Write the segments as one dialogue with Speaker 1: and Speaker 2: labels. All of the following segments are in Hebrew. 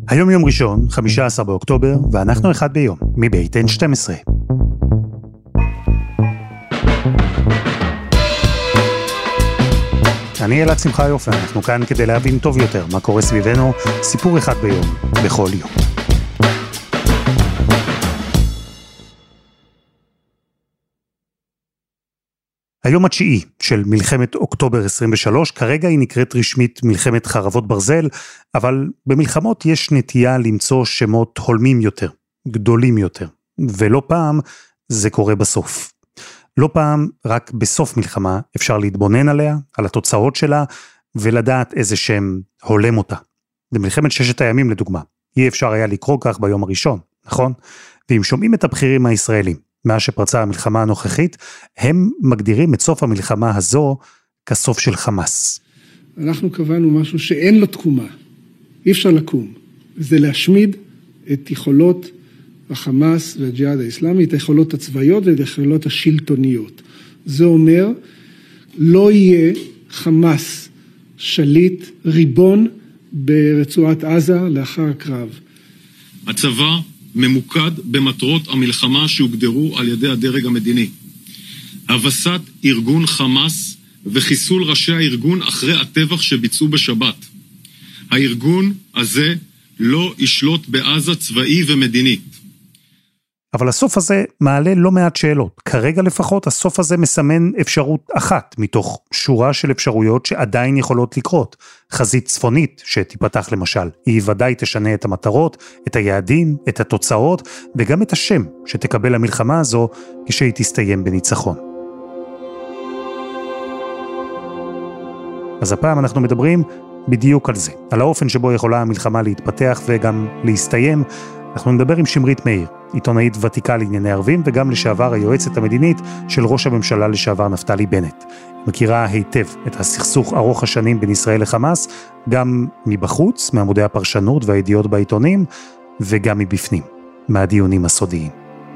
Speaker 1: היום יום ראשון, 15 באוקטובר, ואנחנו אחד ביום, מבית N12. אני אלעד שמחה יופי, אנחנו כאן כדי להבין טוב יותר מה קורה סביבנו, סיפור אחד ביום, בכל יום. היום התשיעי של מלחמת אוקטובר 23, כרגע היא נקראת רשמית מלחמת חרבות ברזל, אבל במלחמות יש נטייה למצוא שמות הולמים יותר, גדולים יותר, ולא פעם זה קורה בסוף. לא פעם רק בסוף מלחמה אפשר להתבונן עליה, על התוצאות שלה, ולדעת איזה שם הולם אותה. במלחמת ששת הימים לדוגמה, אי אפשר היה לקרוא כך ביום הראשון, נכון? ואם שומעים את הבכירים הישראלים, מאז שפרצה המלחמה הנוכחית, הם מגדירים את סוף המלחמה הזו כסוף של חמאס.
Speaker 2: אנחנו קבענו משהו שאין לו תקומה, אי אפשר לקום. זה להשמיד את יכולות החמאס והג'יהאד האסלאמי, את היכולות הצבאיות ואת היכולות השלטוניות. זה אומר, לא יהיה חמאס שליט ריבון ברצועת עזה לאחר הקרב.
Speaker 3: הצבא ממוקד במטרות המלחמה שהוגדרו על ידי הדרג המדיני. הבסת ארגון חמאס וחיסול ראשי הארגון אחרי הטבח שביצעו בשבת. הארגון הזה לא ישלוט בעזה צבאי ומדיני.
Speaker 1: אבל הסוף הזה מעלה לא מעט שאלות. כרגע לפחות הסוף הזה מסמן אפשרות אחת מתוך שורה של אפשרויות שעדיין יכולות לקרות. חזית צפונית שתיפתח למשל, היא ודאי תשנה את המטרות, את היעדים, את התוצאות, וגם את השם שתקבל המלחמה הזו כשהיא תסתיים בניצחון. אז הפעם אנחנו מדברים בדיוק על זה, על האופן שבו יכולה המלחמה להתפתח וגם להסתיים. אנחנו נדבר עם שמרית מאיר, עיתונאית ותיקה לענייני ערבים, וגם לשעבר היועצת המדינית של ראש הממשלה לשעבר נפתלי בנט. מכירה היטב את הסכסוך ארוך השנים בין ישראל לחמאס, גם מבחוץ, מעמודי הפרשנות והידיעות בעיתונים, וגם מבפנים, מהדיונים הסודיים.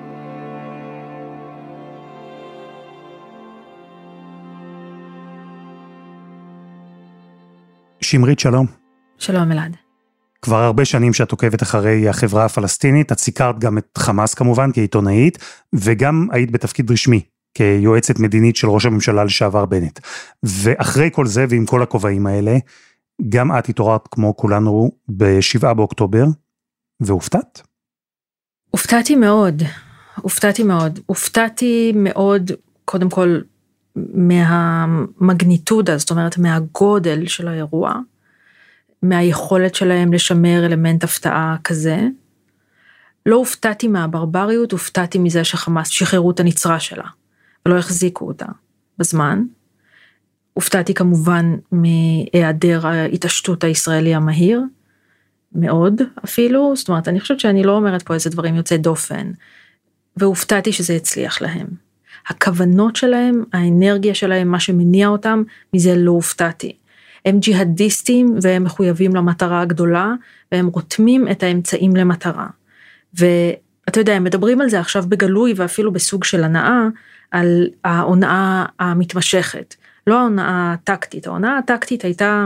Speaker 1: שמרית, שלום.
Speaker 4: שלום אלעד.
Speaker 1: כבר הרבה שנים שאת עוקבת אחרי החברה הפלסטינית, את סיקרת גם את חמאס כמובן כעיתונאית, וגם היית בתפקיד רשמי, כיועצת מדינית של ראש הממשלה לשעבר בנט. ואחרי כל זה ועם כל הכובעים האלה, גם את התעוררת כמו כולנו ב7 באוקטובר, והופתעת?
Speaker 4: הופתעתי מאוד, הופתעתי מאוד, קודם כל מהמגניטודה, זאת אומרת מהגודל של האירוע, מהיכולת שלהם לשמר אלמנט הפתעה כזה. לא הופתעתי מהברבריות, הופתעתי מזה שחמאס שחררו את הנצרה שלה, ולא החזיקו אותה בזמן. הופתעתי כמובן מהיעדר ההתעשתות הישראלי המהיר, מאוד אפילו, זאת אומרת, אני חושבת שאני לא אומרת פה איזה דברים יוצאי דופן, והופתעתי שזה הצליח להם. הכוונות שלהם, האנרגיה שלהם, מה שמניע אותם, מזה לא הופתעתי. הם ג'יהדיסטים והם מחויבים למטרה הגדולה, והם רותמים את האמצעים למטרה. ואתה יודע, הם מדברים על זה עכשיו בגלוי, ואפילו בסוג של הנאה, על ההונאה המתמשכת. לא ההונאה הטקטית, ההונאה הטקטית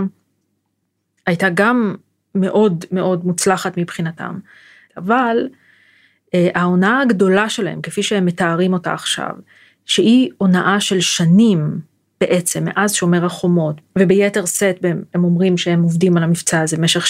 Speaker 4: הייתה גם מאוד מאוד מוצלחת מבחינתם. אבל ההונאה הגדולה שלהם, כפי שהם מתארים אותה עכשיו, שהיא הונאה של שנים, בעצם מאז שומר החומות, וביתר סט הם אומרים שהם עובדים על המבצע הזה משך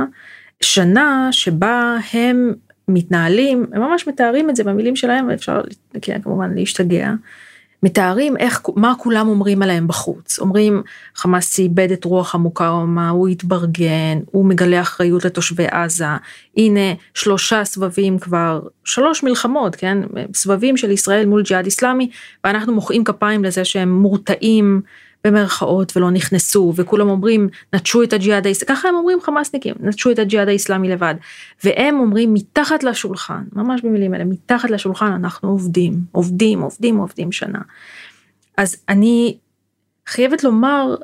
Speaker 4: שנה שבה הם מתנהלים, הם ממש מתארים את זה במילים שלהם, ואפשר כמובן להשתגע, מתארים מה כולם אומרים עליהם בחוץ, אומרים חמאס איבד את רוח המוקאומה, הוא התברגן, הוא מגלה אחריות לתושבי עזה, הנה 3 סבבים כבר, 3 מלחמות, כן? סבבים של ישראל מול ג'יהאד אסלאמי, ואנחנו מוחאים כפיים לזה שהם מורתעים במרכאות ולא נכנסו, וכולם אומרים נטשו את הג'יהאד האסלאמי, ככה הם אומרים חמאסניקים, נטשו את הג'יהאד האסלאמי לבד, והם אומרים מתחת לשולחן, ממש במילים האלה, מתחת לשולחן אנחנו עובדים שנה. אז אני חייבת לומר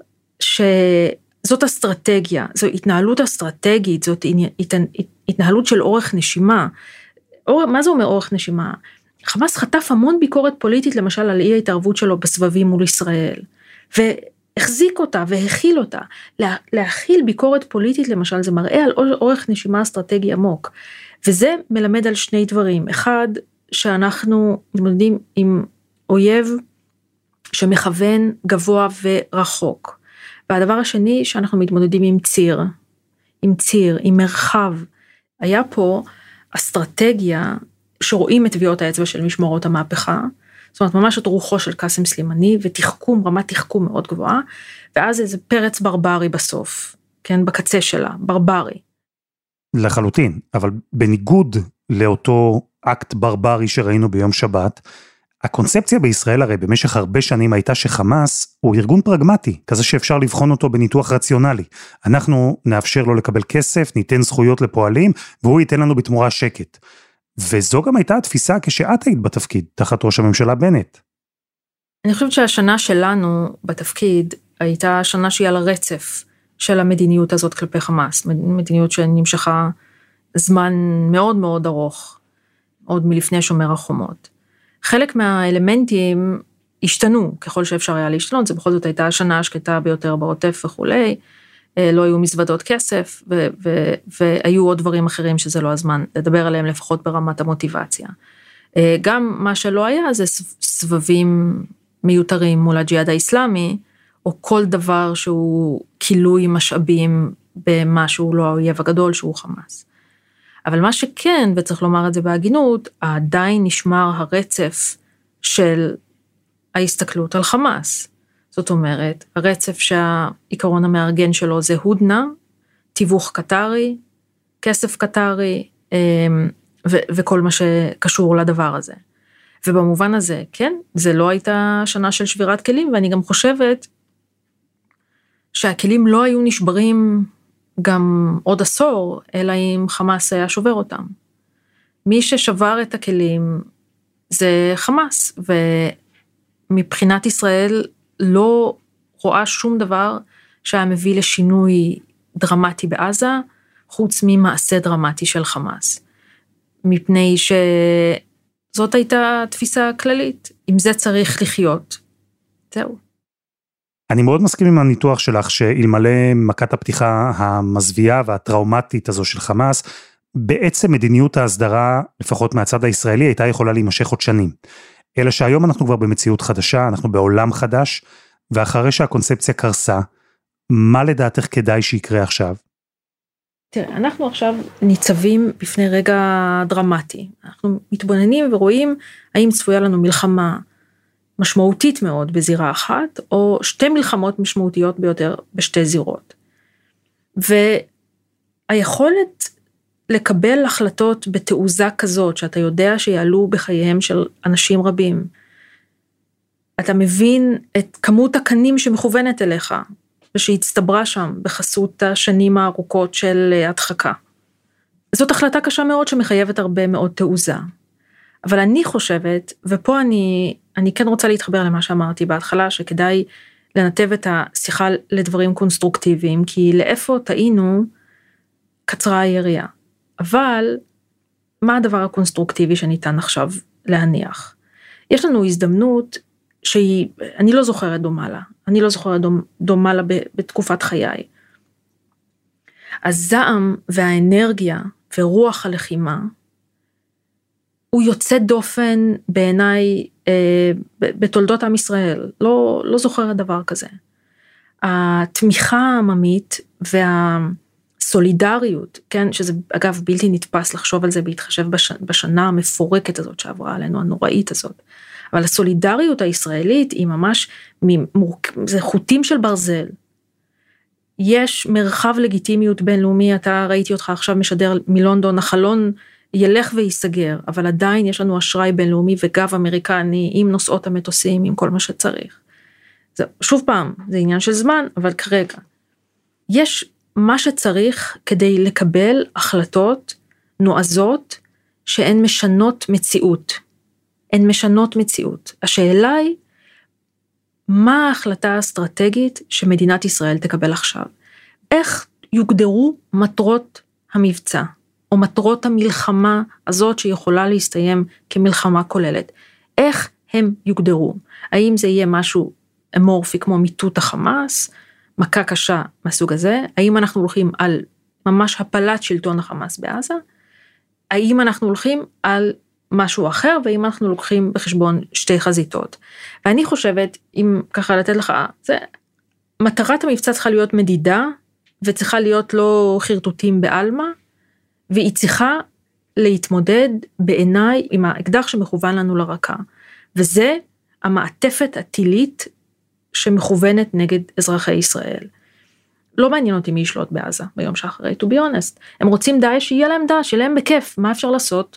Speaker 4: שזאת אסטרטגיה, זו התנהלות אסטרטגית, זאת התנהלות של אורך נשימה. מה זה אומר אורך נשימה? חמאס חטף המון ביקורת פוליטית, למשל על אי ההתערבות שלו בסבבים מול ישראל, החזיק אותה והכיל אותה. להכיל ביקורת פוליטית למשל, זה מראה על אורך נשימה אסטרטגי עמוק, וזה מלמד על שני דברים. אחד, שאנחנו מתמודדים עם אויב שמכוון גבוה ורחוק. והדבר השני, שאנחנו מתמודדים עם ציר, עם מרחב. היה פה אסטרטגיה שרואים את טביעות האצבע של משמרות המהפכה, זאת אומרת ממש את רוחו של קאסם סלימני, ותחכום, רמת תחכום מאוד גבוהה, ואז איזה פרץ ברברי בסוף, כן, בקצה שלה, ברברי.
Speaker 1: לחלוטין, אבל בניגוד לאותו אקט ברברי שראינו ביום שבת, הקונספציה בישראל הרי במשך הרבה שנים הייתה שחמאס הוא ארגון פרגמטי, כזה שאפשר לבחון אותו בניתוח רציונלי. אנחנו נאפשר לו לקבל כסף, ניתן זכויות לפועלים, והוא ייתן לנו בתמורה שקט. וזו גם הייתה התפיסה כשאת היית בתפקיד, תחת ראש הממשלה בנט.
Speaker 4: אני חושבת שהשנה שלנו בתפקיד הייתה שנה שהיא על הרצף של המדיניות הזאת כלפי חמאס, מדיניות שנמשכה זמן מאוד מאוד ארוך, עוד מלפני שומר החומות. חלק מהאלמנטים השתנו ככל שאפשר היה להשתנות, זה בכל זאת הייתה השנה השקטה ביותר בעוטף וכולי, לא היו מזוודות כסף, והיו עוד דברים אחרים שזה לא הזמן לדבר עליהם לפחות ברמת המוטיבציה. גם מה שלא היה זה סבבים מיותרים מול הג'יהאד האסלאמי, או כל דבר שהוא כילוי משאבים במה שהוא לא האויב הגדול שהוא חמאס. אבל מה שכן, וצריך לומר את זה בהגינות, עדיין נשמר הרצף של ההסתכלות על חמאס. זאת אומרת, הרצף שהעיקרון המארגן שלו זה הודנה, תיווך קטרי, כסף קטרי, וכל מה שקשור לדבר הזה. ובמובן הזה, כן, זה לא הייתה שנה של שבירת כלים, ואני גם חושבת שהכלים לא היו נשברים גם עוד עשור, אלא אם חמאס היה שובר אותם. מי ששבר את הכלים זה חמאס, ומבחינת ישראל לא רואה שום דבר שהיה מביא לשינוי דרמטי בעזה, חוץ ממעשה דרמטי של חמאס. מפני שזאת הייתה תפיסה כללית, עם זה צריך לחיות. זהו.
Speaker 1: אני מאוד מסכים עם הניתוח שלך, שאלמלא מכת הפתיחה המזוויעה והטראומטית הזו של חמאס, בעצם מדיניות ההסדרה, לפחות מהצד הישראלי, הייתה יכולה להימשך עוד שנים. אלא שהיום אנחנו כבר במציאות חדשה, אנחנו בעולם חדש, ואחרי שהקונספציה קרסה, מה לדעתך כדאי שיקרה עכשיו?
Speaker 4: תראה, אנחנו עכשיו ניצבים בפני רגע דרמטי. אנחנו מתבוננים ורואים האם צפויה לנו מלחמה משמעותית מאוד בזירה אחת, או שתי מלחמות משמעותיות ביותר בשתי זירות. והיכולת לקבל החלטות בתעוזה כזאת, שאתה יודע שיעלו בחייהם של אנשים רבים, אתה מבין את כמות הקנים שמכוונת אליך, ושהצטברה שם בחסות השנים הארוכות של הדחקה. זאת החלטה קשה מאוד שמחייבת הרבה מאוד תעוזה. אבל אני חושבת, ופה אני כן רוצה להתחבר למה שאמרתי בהתחלה, שכדאי לנתב את השיחה לדברים קונסטרוקטיביים, כי לאיפה טעינו קצרה היריעה. אבל מה הדבר הקונסטרוקטיבי שניתן עכשיו להניח? יש לנו הזדמנות שהיא, אני לא זוכרת דומה לה, אני לא זוכרת דומה לה בתקופת חיי. הזעם והאנרגיה ורוח הלחימה, הוא יוצא דופן בעיניי בתולדות עם ישראל, לא זוכרת דבר כזה. התמיכה העממית והסולידריות, כן, שזה אגב בלתי נתפס לחשוב על זה בהתחשב בשנה המפורקת הזאת שעברה עלינו, הנוראית הזאת, אבל הסולידריות הישראלית היא ממש, זה חוטים של ברזל. יש מרחב לגיטימיות בינלאומי, אתה ראיתי אותך עכשיו משדר מלונדון, החלון ילך ויסגר, אבל עדיין יש לנו אשראי בינלאומי וגב אמריקני, עם נוסעות המטוסים, עם כל מה שצריך. זה, שוב פעם, זה עניין של זמן, אבל כרגע. יש מה שצריך כדי לקבל החלטות נועזות, שהן משנות מציאות. הן משנות מציאות. השאלה היא, מה ההחלטה האסטרטגית שמדינת ישראל תקבל עכשיו? איך יוגדרו מטרות המבצע, או מטרות המלחמה הזאת שיכולה להסתיים כמלחמה כוללת? איך הם יוגדרו? האם זה יהיה משהו אמורפי כמו מיטוט החמאס, מכה קשה מהסוג הזה, האם אנחנו הולכים על ממש הפלת שלטון החמאס בעזה, האם אנחנו הולכים על משהו אחר, ואם אנחנו לוקחים בחשבון שתי חזיתות. ואני חושבת, אם ככה לתת לך, מטרת המבצע צריכה להיות מדידה, וצריכה להיות לא חרטוטים בעלמה, והיא צריכה להתמודד בעיניי עם האקדח שמכוון לנו לרקה. וזה המעטפת הטילית שמכוונת נגד אזרחי ישראל. לא מעניין אותי מי ישלוט בעזה ביום שאחרי, to be honest. הם רוצים דאעש, שיהיה להם דאעש, שיהיה להם בכיף, מה אפשר לעשות?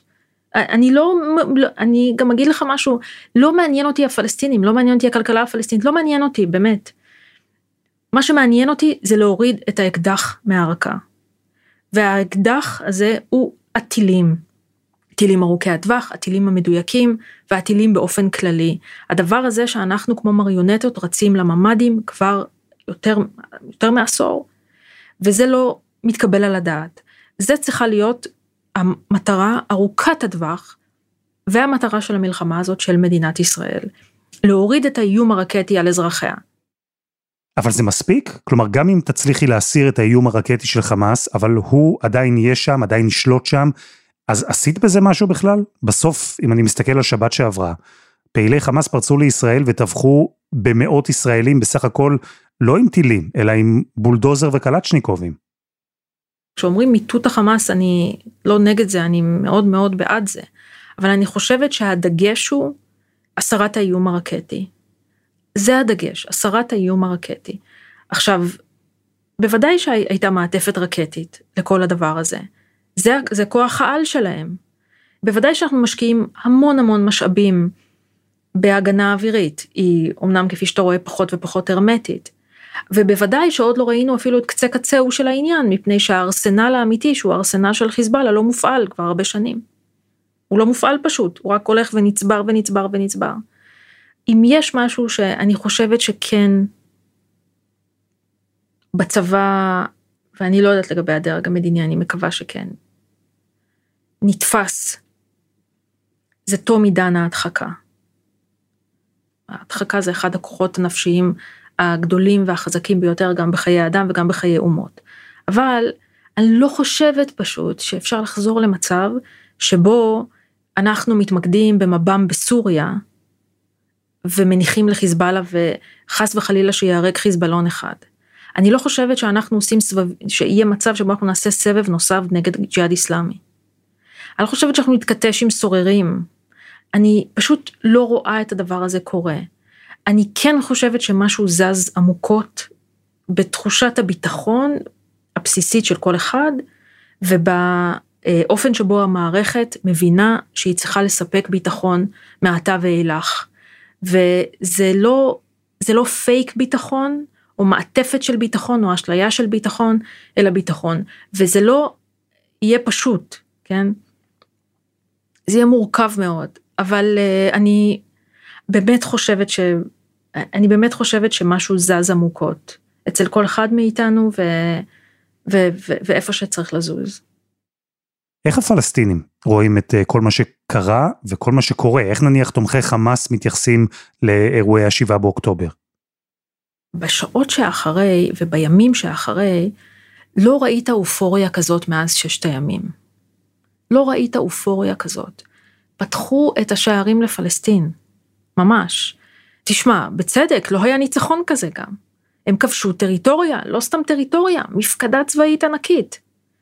Speaker 4: אני גם אגיד לך משהו, לא מעניין אותי הפלסטינים, לא מעניין אותי הכלכלה הפלסטינית, לא מעניין אותי, באמת. מה שמעניין אותי זה להוריד את האקדח מהרקה. והאקדח הזה הוא הטילים. הטילים ארוכי הטווח, הטילים המדויקים, והטילים באופן כללי. הדבר הזה שאנחנו כמו מריונטות רצים לממדים כבר יותר מעשור, וזה לא מתקבל על הדעת. זה צריכה להיות המטרה ארוכת הטווח, והמטרה של המלחמה הזאת של מדינת ישראל. להוריד את האיום הרקטי על אזרחיה.
Speaker 1: אבל זה מספיק? כלומר, גם אם תצליחי להסיר את האיום הרקטי של חמאס, אבל הוא עדיין יהיה שם, עדיין ישלוט שם, אז עשית בזה משהו בכלל? בסוף, אם אני מסתכל על שבת שעברה, פעילי חמאס פרצו לישראל וטבחו במאות ישראלים בסך הכל, לא עם טילים, אלא עם בולדוזר וקלצ'ניקובים.
Speaker 4: כשאומרים מיטוט החמאס, אני לא נגד זה, אני מאוד מאוד בעד זה. אבל אני חושבת שהדגש הוא הסרת האיום הרקטי. זה הדגש, הסרת האיום הרקטי. עכשיו, בוודאי שהייתה מעטפת רקטית לכל הדבר הזה. זה כוח העל שלהם. בוודאי שאנחנו משקיעים המון המון משאבים בהגנה אווירית. היא אומנם כפי שאתה רואה פחות ופחות הרמטית. ובוודאי שעוד לא ראינו אפילו את קצה קצהו של העניין, מפני שהארסנל האמיתי, שהוא הארסנל של חיזבאללה, לא מופעל כבר הרבה שנים. הוא לא מופעל פשוט, הוא רק הולך ונצבר ונצבר ונצבר. אם יש משהו שאני חושבת שכן, בצבא, ואני לא יודעת לגבי הדרג המדיני, אני מקווה שכן, נתפס, זה תום עידן ההדחקה. ההדחקה זה אחד הכוחות הנפשיים הגדולים והחזקים ביותר, גם בחיי האדם וגם בחיי אומות. אבל אני לא חושבת פשוט שאפשר לחזור למצב שבו אנחנו מתמקדים במב"ם בסוריה, ומניחים לחיזבאללה וחס וחלילה שיערק חיזבאלון אחד. אני לא חושבת שאנחנו עושים שיהיה מצב שבו אנחנו נעשה סבב נוסף נגד ג'יהאד איסלאמי. אני לא חושבת שאנחנו נתכתש עם סוררים. אני פשוט לא רואה את הדבר הזה קורה. אני כן חושבת שמשהו זז עמוקות בתחושת הביטחון הבסיסית של כל אחד, ובאופן שבו המערכת מבינה שהיא צריכה לספק ביטחון מעתה ואילך. וזה לא פייק ביטחון, או מעטפת של ביטחון, או אשליה של ביטחון, אלא ביטחון. וזה לא יהיה פשוט, כן? זה יהיה מורכב מאוד. אבל אני באמת חושבת שמשהו זז עמוקות, אצל כל אחד מאיתנו, ואיפה שצריך לזוז.
Speaker 1: איך הפלסטינים רואים את כל מה שקרה וכל מה שקורה? איך נניח תומכי חמאס מתייחסים לאירועי 7 באוקטובר?
Speaker 4: בשעות שאחרי ובימים שאחרי, לא ראית אופוריה כזאת מאז 6 הימים. לא ראית אופוריה כזאת. פתחו את השערים לפלסטין, ממש. תשמע, בצדק, לא היה ניצחון כזה גם. הם כבשו טריטוריה, לא סתם טריטוריה, מפקדה צבאית ענקית.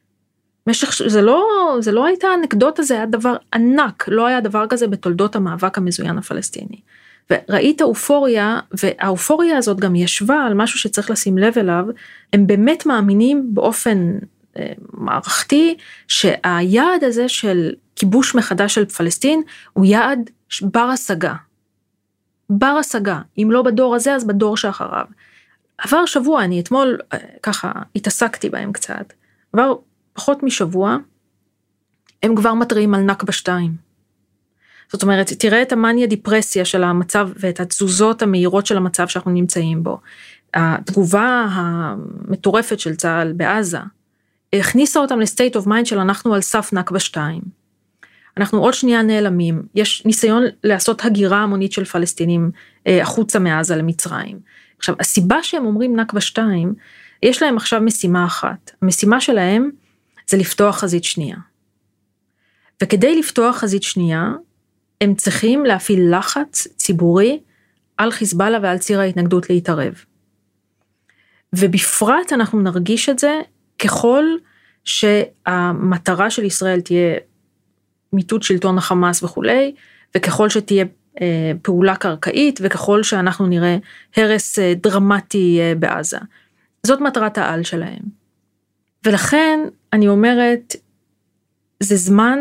Speaker 4: זה לא הייתה אנקדוטה, זה היה דבר ענק, לא היה דבר כזה בתולדות המאבק המזוין הפלסטיני. וראית אופוריה, והאופוריה הזאת גם ישבה על משהו שצריך לשים לב אליו, הם באמת מאמינים באופן מערכתי, שהיעד הזה של כיבוש מחדש של פלסטין, הוא יעד בר השגה. בר השגה, אם לא בדור הזה, אז בדור שאחריו. עבר שבוע, אני אתמול ככה התעסקתי בהם קצת, עבר פחות משבוע, הם כבר מתריעים על נכבה 2. זאת אומרת, תראה את המניה דיפרסיה של המצב, ואת התזוזות המהירות של המצב שאנחנו נמצאים בו. התגובה המטורפת של צה"ל בעזה, הכניסה אותם לסטייט אוף מיינד של אנחנו על סף נכבה 2. אנחנו עוד שנייה נעלמים, יש ניסיון לעשות הגירה המונית של פלסטינים החוצה מעזה למצרים. עכשיו, הסיבה שהם אומרים נכבה 2, יש להם עכשיו משימה אחת, המשימה שלהם זה לפתוח חזית שנייה. וכדי לפתוח חזית שנייה, הם צריכים להפעיל לחץ ציבורי על חיזבאללה ועל ציר ההתנגדות להתערב. ובפרט אנחנו נרגיש את זה ככל שהמטרה של ישראל תהיה מיטוט שלטון החמאס וכולי, וככל שתהיה פעולה קרקעית, וככל שאנחנו נראה הרס דרמטי בעזה. זאת מטרת העל שלהם. ולכן אני אומרת, זה זמן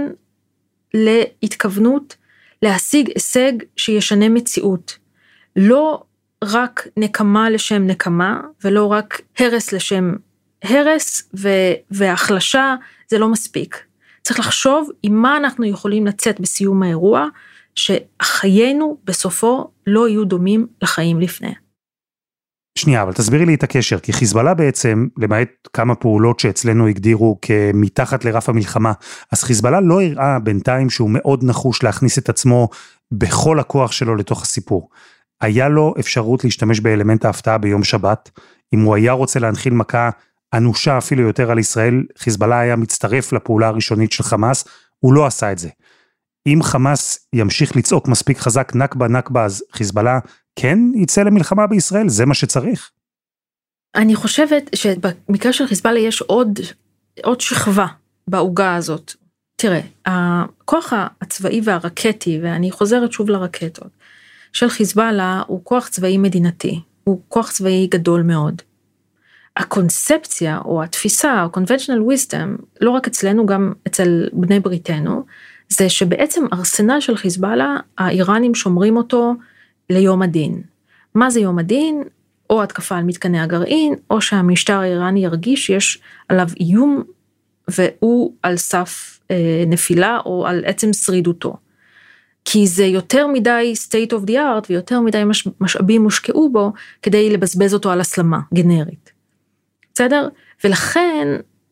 Speaker 4: להתכוונות, להשיג הישג שישנה מציאות. לא רק נקמה לשם נקמה, ולא רק הרס לשם הרס, והחלשה זה לא מספיק. צריך לחשוב עם מה אנחנו יכולים לצאת בסיום האירוע, שחיינו בסופו לא יהיו דומים לחיים לפני.
Speaker 1: שנייה, אבל תסבירי לי את הקשר, כי חיזבאללה בעצם, למעט כמה פעולות שאצלנו הגדירו כמתחת לרף המלחמה, אז חיזבאללה לא הראה בינתיים שהוא מאוד נחוש להכניס את עצמו בכל הכוח שלו לתוך הסיפור. היה לו אפשרות להשתמש באלמנט ההפתעה ביום שבת, אם הוא היה רוצה להנחיל מכה אנושה אפילו יותר על ישראל, חיזבאללה היה מצטרף לפעולה הראשונית של חמאס, הוא לא עשה את זה. אם חמאס ימשיך לצעוק מספיק חזק נכבה נכבה, אז חיזבאללה כן יצא למלחמה בישראל, זה מה שצריך.
Speaker 4: אני חושבת שבמקרה של חיזבאללה יש עוד שכבה בעוגה הזאת. תראה, הכוח הצבאי והרקטי, ואני חוזרת שוב לרקטות, של חיזבאללה הוא כוח צבאי מדינתי, הוא כוח צבאי גדול מאוד. הקונספציה או התפיסה, או conventional wisdom, לא רק אצלנו, גם אצל בני בריתנו, זה שבעצם ארסנל של חיזבאללה, האיראנים שומרים אותו ליום הדין. מה זה יום הדין? או התקפה על מתקני הגרעין, או שהמשטר האיראני ירגיש שיש עליו איום, והוא על סף נפילה, או על עצם שרידותו. כי זה יותר מדי state of the art, ויותר מדי משאבים מושקעו בו, כדי לבזבז אותו על הסלמה גנרית. בסדר? ולכן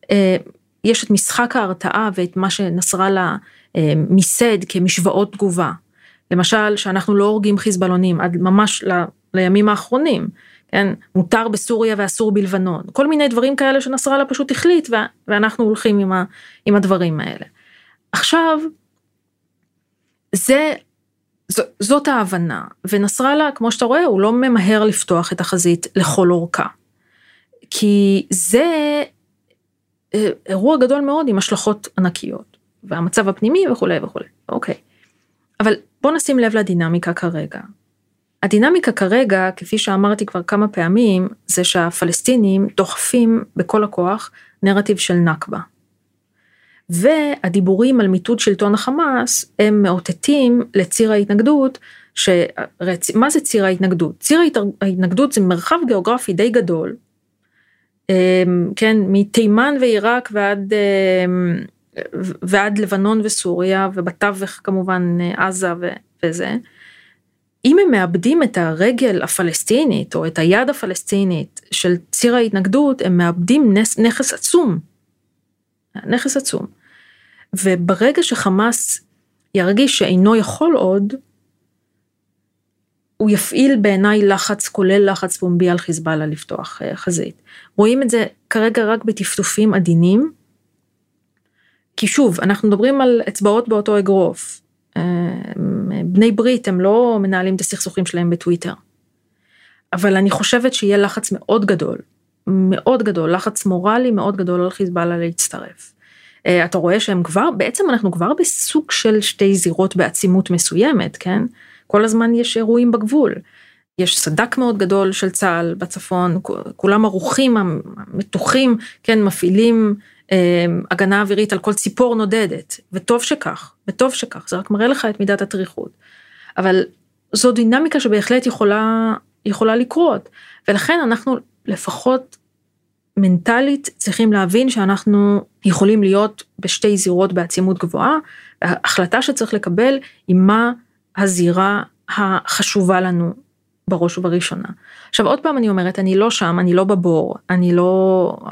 Speaker 4: יש את משחק ההרתעה, ואת מה שנסראללה מיסד כמשוואות תגובה. למשל, שאנחנו לא הורגים חיזבאלונים, עד ממש לימים האחרונים, כן? מותר בסוריה ואסור בלבנון. כל מיני דברים כאלה שנסראללה פשוט החליט, ואנחנו הולכים עם הדברים האלה. עכשיו, זאת ההבנה, ונסראללה, כמו שאתה רואה, הוא לא ממהר לפתוח את החזית לכל אורכה. כי זה אירוע גדול מאוד עם השלכות ענקיות, והמצב הפנימי וכו' וכו'. אוקיי. אבל בוא נשים לב לדינמיקה כרגע. הדינמיקה כרגע, כפי שאמרתי כבר כמה פעמים, זה שהפלסטינים דוחפים בכל הכוח נרטיב של נכבה. והדיבורים על מיטוט שלטון החמאס, הם מאותתים לציר ההתנגדות, מה זה ציר ההתנגדות? ציר ההתנגדות זה מרחב גיאוגרפי די גדול, כן, מתימן ועיראק ועד לבנון וסוריה, ובתווך כמובן עזה וזה. אם הם מאבדים את הרגל הפלסטינית, או את היד הפלסטינית של ציר ההתנגדות, הם מאבדים נכס עצום. נכס עצום. וברגע שחמאס ירגיש שאינו יכול עוד, הוא יפעיל בעיניי לחץ, כולל לחץ פומבי על חיזבאללה לפתוח חזית. רואים את זה כרגע רק בטפטופים עדינים, כי שוב, אנחנו מדברים על אצבעות באותו אגרוף. בני ברית הם לא מנהלים את הסכסוכים שלהם בטוויטר. אבל אני חושבת שיהיה לחץ מאוד גדול, מאוד גדול, לחץ מורלי מאוד גדול על חיזבאללה להצטרף. אתה רואה שהם כבר, בעצם אנחנו כבר בסוג של שתי זירות בעצימות מסוימת, כן? כל הזמן יש אירועים בגבול. יש סדק מאוד גדול של צה"ל בצפון, כולם ערוכים, המתוחים, כן, מפעילים הגנה אווירית על כל ציפור נודדת, וטוב שכך, זה רק מראה לך את מידת התריכות. אבל זו דינמיקה שבהחלט יכולה לקרות, ולכן אנחנו לפחות מנטלית צריכים להבין שאנחנו יכולים להיות בשתי זירות בעצימות גבוהה, ההחלטה שצריך לקבל היא מה הזירה החשובה לנו בראש ובראשונה. עכשיו עוד פעם אני אומרת, אני לא שם, אני לא בבור, אני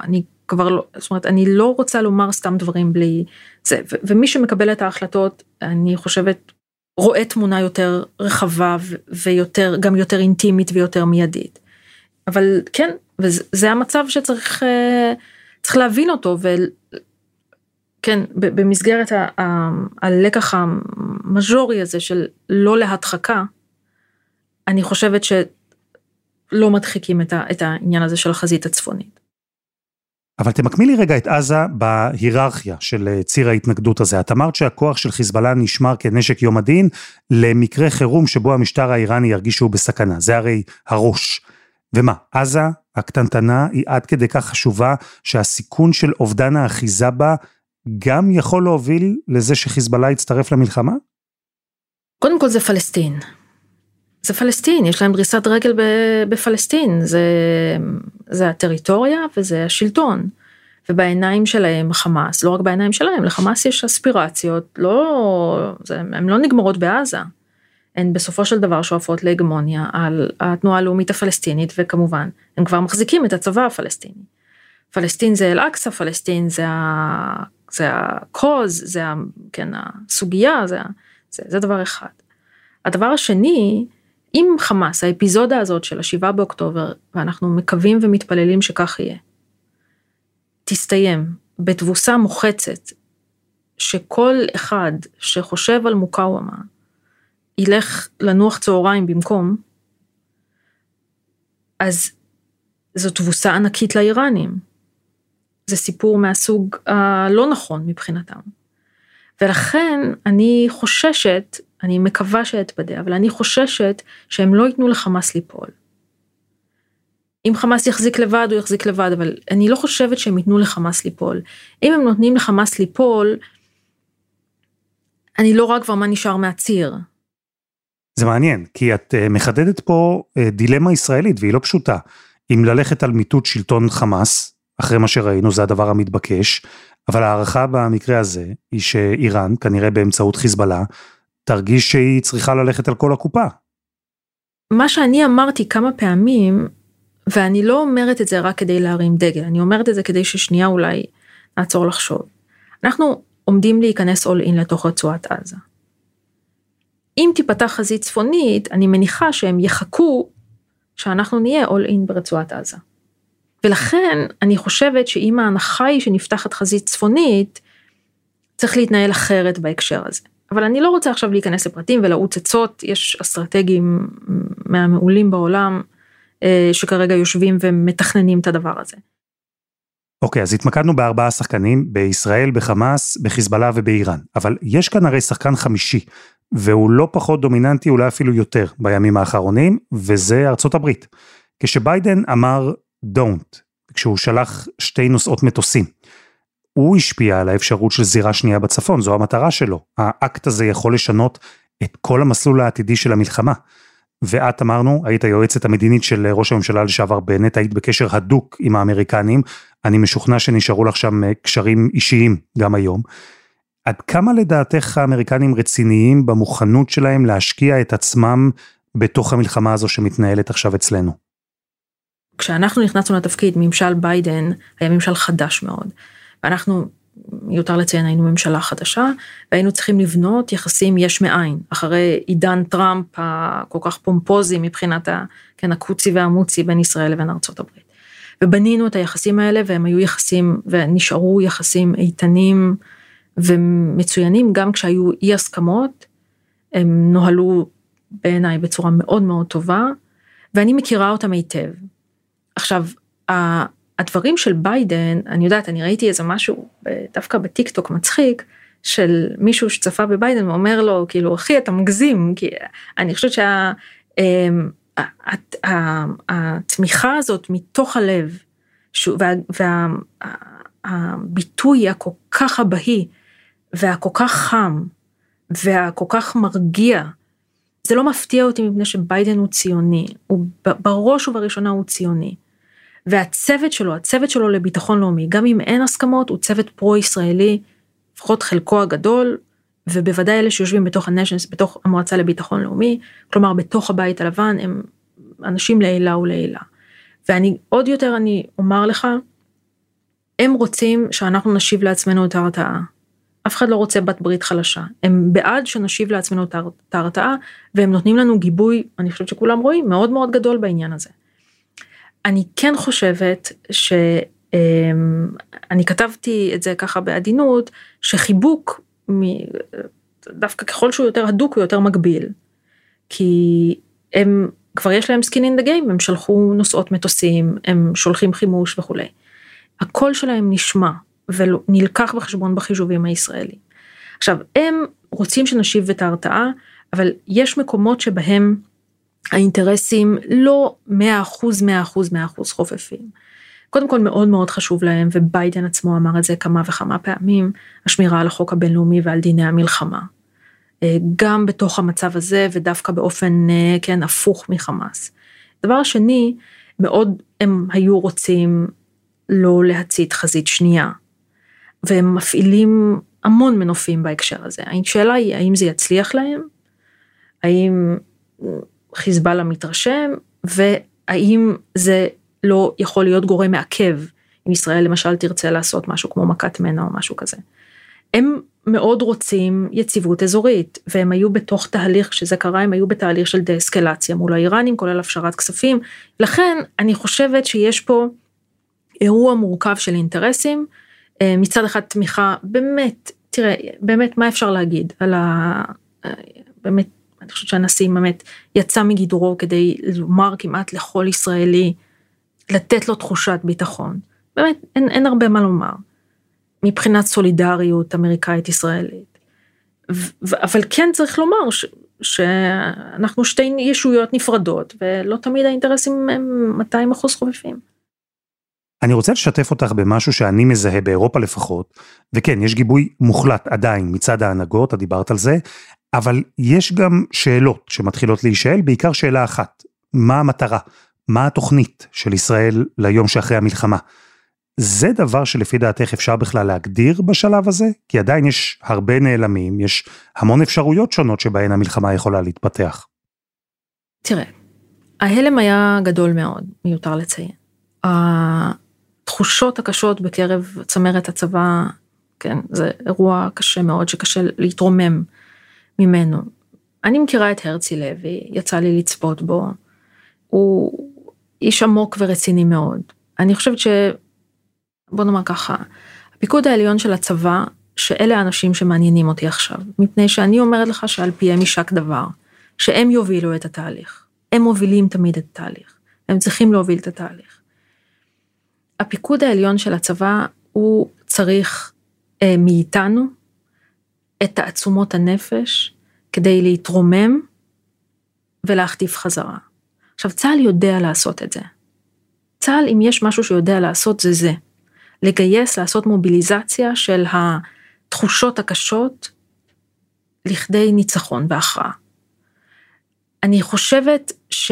Speaker 4: כבר לא, זאת אומרת, אני לא רוצה לומר סתם דברים בלי זה, ומי שמקבל את ההחלטות, אני חושבת, רואה תמונה יותר רחבה, ויותר, גם יותר אינטימית ויותר מיידית. אבל כן, וזה המצב שצריך להבין אותו, וכן, במסגרת הלקח המז'ורי הזה, של לא להדחקה, אני חושבת שלא מדחיקים את העניין הזה של החזית הצפונית.
Speaker 1: אבל תמקמי לי רגע את עזה בהיררכיה של ציר ההתנגדות הזה. את אמרת שהכוח של חיזבאללה נשמר כנשק יום הדין, למקרה חירום שבו המשטר האיראני ירגיש שהוא בסכנה. זה הרי הראש. ומה, עזה הקטנטנה היא עד כדי כך חשובה, שהסיכון של אובדן האחיזה בה, גם יכול להוביל לזה שחיזבאללה יצטרף למלחמה?
Speaker 4: קודם כל זה פלסטין. זה פלסטין, יש להם דריסת רגל בפלסטין, זה הטריטוריה וזה השלטון, ובעיניים שלהם חמאס, לא רק בעיניים שלהם, לחמאס יש אספירציות, הן לא נגמרות בעזה, הן בסופו של דבר שואפות להגמוניה על התנועה הלאומית הפלסטינית, וכמובן, הם כבר מחזיקים את הצבא הפלסטיני. פלסטין זה אל-אקצה, פלסטין זה הקוז, זה הסוגיה, זה דבר אחד. הדבר השני, אם חמאס, האפיזודה הזאת של 7 באוקטובר, ואנחנו מקווים ומתפללים שכך יהיה, תסתיים בתבוסה מוחצת, שכל אחד שחושב על מוקאוומה, ילך לנוח צהריים במקום, אז זו תבוסה ענקית לאיראנים. זה סיפור מהסוג הלא נכון מבחינתם. ולכן אני חוששת, אני מקווה שאתבדה, אבל אני חוששת שהם לא ייתנו לחמאס ליפול. אם חמאס יחזיק לבד, הוא יחזיק לבד, אבל אני לא חושבת שהם ייתנו לחמאס ליפול. אם הם נותנים לחמאס ליפול, אני לא רואה כבר מה נשאר מהציר.
Speaker 1: זה מעניין, כי את מחדדת פה דילמה ישראלית, והיא לא פשוטה. אם ללכת על מיטוט שלטון חמאס, אחרי מה שראינו, זה הדבר המתבקש, אבל הערכה במקרה הזה, היא שאיראן, כנראה באמצעות חיזבאללה, תרגיש שהיא צריכה ללכת על כל הקופה.
Speaker 4: מה שאני אמרתי כמה פעמים, ואני לא אומרת את זה רק כדי להרים דגל, אני אומרת את זה כדי ששנייה אולי נעצור לחשוב. אנחנו עומדים להיכנס all in לתוך רצועת עזה. אם תיפתח חזית צפונית, אני מניחה שהם יחכו שאנחנו נהיה all in ברצועת עזה. ולכן אני חושבת שאם ההנחה היא שנפתחת חזית צפונית, צריך להתנהל אחרת בהקשר הזה. אבל אני לא רוצה עכשיו להיכנס לפרטים ולעוץ עצות, יש אסטרטגים מהמעולים בעולם, שכרגע יושבים ומתכננים את הדבר הזה.
Speaker 1: אוקיי, אז התמקדנו ב4 שחקנים, בישראל, בחמאס, בחיזבאללה ובאיראן. אבל יש כאן הרי שחקן חמישי, והוא לא פחות דומיננטי, אולי אפילו יותר, בימים האחרונים, וזה ארצות הברית. כשביידן אמר don't, כשהוא שלח 2 נוסעות מטוסים, הוא השפיע על האפשרות של זירה שנייה בצפון, זו המטרה שלו. האקט הזה יכול לשנות את כל המסלול העתידי של המלחמה. ואת אמרנו, היית היועצת המדינית של ראש הממשלה לשעבר בנט, היית בקשר הדוק עם האמריקנים, אני משוכנע שנשארו לך שם קשרים אישיים גם היום. עד כמה לדעתך האמריקנים רציניים במוכנות שלהם להשקיע את עצמם בתוך המלחמה הזו שמתנהלת עכשיו אצלנו?
Speaker 4: כשאנחנו נכנסנו לתפקיד, ממשל ביידן היה ממשל חדש מאוד, ואנחנו, מיותר לציין, היינו ממשלה חדשה, והיינו צריכים לבנות יחסים יש מאין, אחרי עידן טראמפ הכל כך פומפוזי מבחינת הקוצי והמוצי בין ישראל לבין ארצות הברית. ובנינו את היחסים האלה, והם היו יחסים, ונשארו יחסים איתנים ומצוינים, גם כשהיו אי הסכמות, הם נוהלו בעיניי בצורה מאוד מאוד טובה, ואני מכירה אותם היטב. עכשיו, הדברים של ביידן, אני יודעת, אני ראיתי איזה משהו, דווקא בטיקטוק מצחיק, של מישהו שצפה בביידן, ואומר לו, כאילו, אחי, אתה מגזים, כי אני חושבת שהתמיכה הזאת מתוך הלב, והביטוי הכל כך הבהי, והכל כך חם, והכל כך מרגיע, זה לא מפתיע אותי מפני שביידן הוא ציוני, הוא בראש ובראשונה הוא ציוני, והצוות שלו לביטחון לאומי, גם אם אין הסכמות, הוא צוות פרו-ישראלי, לפחות חלקו הגדול, ובוודאי אלה שיושבים בתוך הנשנס, בתוך המועצה לביטחון לאומי, כלומר בתוך הבית הלבן, הם אנשים לעילה ולעילה. ואני עוד יותר אני אומר לך, הם רוצים שאנחנו נשיב לעצמנו את ההרתעה. אף אחד לא רוצה בת ברית חלשה. הם בעד שנשיב לעצמנו את ההרתעה, והם נותנים לנו גיבוי, אני חושבת שכולם רואים, מאוד מאוד גדול בעניין הזה. אני כן חושבת אני כתבתי את זה ככה בעדינות, שחיבוק, דווקא ככל שהוא יותר הדוק, הוא יותר מגביל. כי הם, כבר יש להם skin in the game, הם שלחו נוסעות מטוסים, הם שולחים חימוש וכו'. הקול שלהם נשמע, ונלקח בחשבון בחישובים הישראלים. עכשיו, הם רוצים שנשיב את ההרתעה, אבל יש מקומות שבהם האינטרסים לא 100% חופפים. קודם כל מאוד מאוד חשוב להם, וביידן עצמו אמר את זה כמה וכמה פעמים, השמירה על החוק הבינלאומי ועל דיני המלחמה. גם בתוך המצב הזה, ודווקא באופן, כן, הפוך מחמאס. דבר שני, מאוד הם היו רוצים לא להצית חזית שנייה, והם מפעילים המון מנופים בהקשר הזה. השאלה היא, האם זה יצליח להם? האם חיזבאללה מתרשם? והאם זה לא יכול להיות גורם מעכב, אם ישראל למשל תרצה לעשות משהו כמו מכת מנע או משהו כזה. הם מאוד רוצים יציבות אזורית, והם היו בתוך תהליך, כשזה קרה, הם היו בתהליך של דה-אסקלציה מול האיראנים, כולל הפשרת כספים. לכן אני חושבת שיש פה אירוע מורכב של אינטרסים, מצד אחד תמיכה, באמת, תראה, באמת מה אפשר להגיד על באמת, אני חושבת שהנשיא באמת יצא מגדרו כדי לומר כמעט לכל ישראלי, לתת לו תחושת ביטחון. באמת, אין הרבה מה לומר. מבחינת סולידריות אמריקאית ישראלית. אבל כן צריך לומר שאנחנו שתי ישויות נפרדות, ולא תמיד האינטרסים הם 200% חופפים.
Speaker 1: אני רוצה לשתף אותך במשהו שאני מזהה באירופה לפחות, וכן, יש גיבוי מוחלט עדיין מצד ההנהגות, את דיברת על זה, אבל יש גם שאלות שמתחילות להישאל, בעיקר שאלה אחת, מה המטרה? מה התוכנית של ישראל ליום שאחרי המלחמה? זה דבר שלפי דעתך אפשר בכלל להגדיר בשלב הזה? כי עדיין יש הרבה נעלמים, יש המון אפשרויות שונות שבהן המלחמה יכולה להתפתח.
Speaker 4: תראה, ההלם היה גדול מאוד, מיותר לציין. התחושות הקשות בקרב צמרת הצבא, כן, זה אירוע קשה מאוד, שקשה להתרומם ממנו. אני מכירה את הרצי לוי, יצא לי לצפות בו, הוא איש עמוק ורציני מאוד. אני חושבת בוא נאמר ככה, הפיקוד העליון של הצבא, שאלה האנשים שמעניינים אותי עכשיו, מפני שאני אומרת לך שעל פיהם יישק דבר, שהם יובילו את התהליך, הם מובילים תמיד את התהליך, הם צריכים להוביל את התהליך. הפיקוד העליון של הצבא, הוא צריך מאיתנו, את תעצומות הנפש, כדי להתרומם, ולהחטיף חזרה. עכשיו, צה"ל יודע לעשות את זה. צה"ל, אם יש משהו שיודע לעשות, זה. לגייס, לעשות מוביליזציה של התחושות הקשות, לכדי ניצחון והכרעה. אני חושבת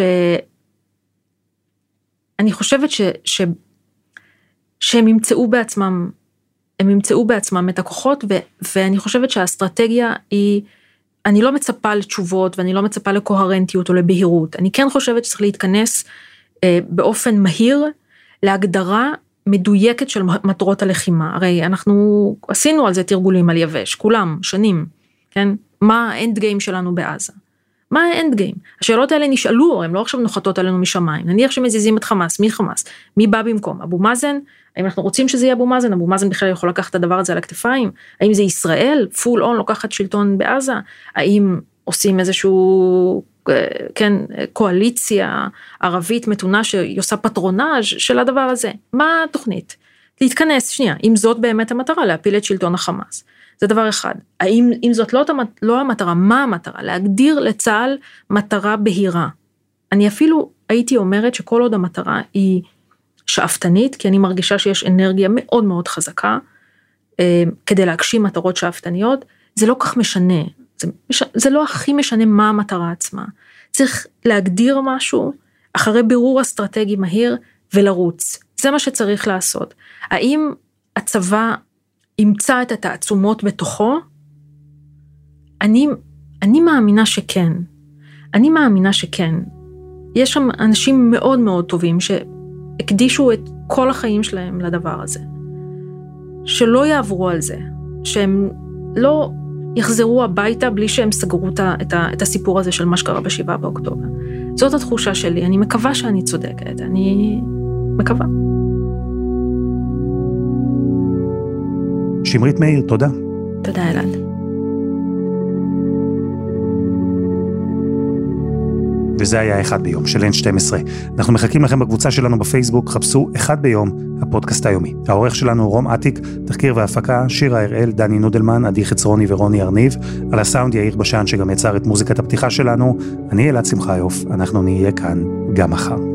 Speaker 4: שהם ימצאו בעצמם, את הכוחות, ואני חושבת שהאסטרטגיה היא, אני לא מצפה לתשובות, ואני לא מצפה לקוהרנטיות או לבהירות. אני כן חושבת שצריך להתכנס באופן מהיר, להגדרה מדויקת של מטרות הלחימה. הרי אנחנו עשינו על זה תרגולים על יבש, כולם, שנים, כן? מה האנד גיים שלנו בעזה? מה האנד גיים? השאלות האלה נשאלו, הן לא עכשיו נוחתות עלינו משמיים. נניח שמזיזים את חמאס, מי חמאס? מי בא במקום? אבו מאזן? האם אנחנו רוצים שזה יהיה אבו מאזן? אבו מאזן בכלל יכול לקחת את הדבר הזה על הכתפיים? האם זה ישראל? פול און לוקחת שלטון בעזה? האם עושים איזשהו, כן, קואליציה ערבית מתונה שהיא עושה פטרונאז' של הדבר הזה? מה התוכנית? להתכנס, שנייה, אם זאת באמת המטרה, להפיל את שלטון החמאס. זה דבר אחד. אם זאת לא המטרה, מה המטרה? להגדיר לצה"ל מטרה בהירה. אני אפילו הייתי אומרת שכל עוד המטרה היא שאפתנית, כי אני מרגישה שיש אנרגיה מאוד מאוד חזקה, כדי להגשים מטרות שאפתניות, זה לא כך משנה. זה לא הכי משנה מה המטרה עצמה. צריך להגדיר משהו, אחרי בירור אסטרטגי מהיר, ולרוץ. זה מה שצריך לעשות. האם הצבא ימצא את התעצומות בתוכו? אני מאמינה שכן. אני מאמינה שכן. יש שם אנשים מאוד מאוד טובים שהקדישו את כל החיים שלהם לדבר הזה. שלא יעברו על זה, שהם לא יחזרו הביתה בלי שהם סגרו את הסיפור הזה של מה שקרה ב7 באוקטובר. זאת התחושה שלי, אני מקווה שאני צודקת, אני מקווה.
Speaker 1: שמרית מאיר, תודה.
Speaker 4: תודה אלעד.
Speaker 1: וזה היה אחד ביום של N12. אנחנו מחכים לכם בקבוצה שלנו בפייסבוק, חפשו אחד ביום, הפודקאסט היומי. העורך שלנו רום עתיק, תחקיר והפקה, שירה הראל, דני נודלמן, עדי חצרוני ורוני ארניב, על הסאונד יאיר בשן שגם יצר את מוזיקת הפתיחה שלנו. אני אלעד שמחיוף, אנחנו נהיה כאן גם מחר.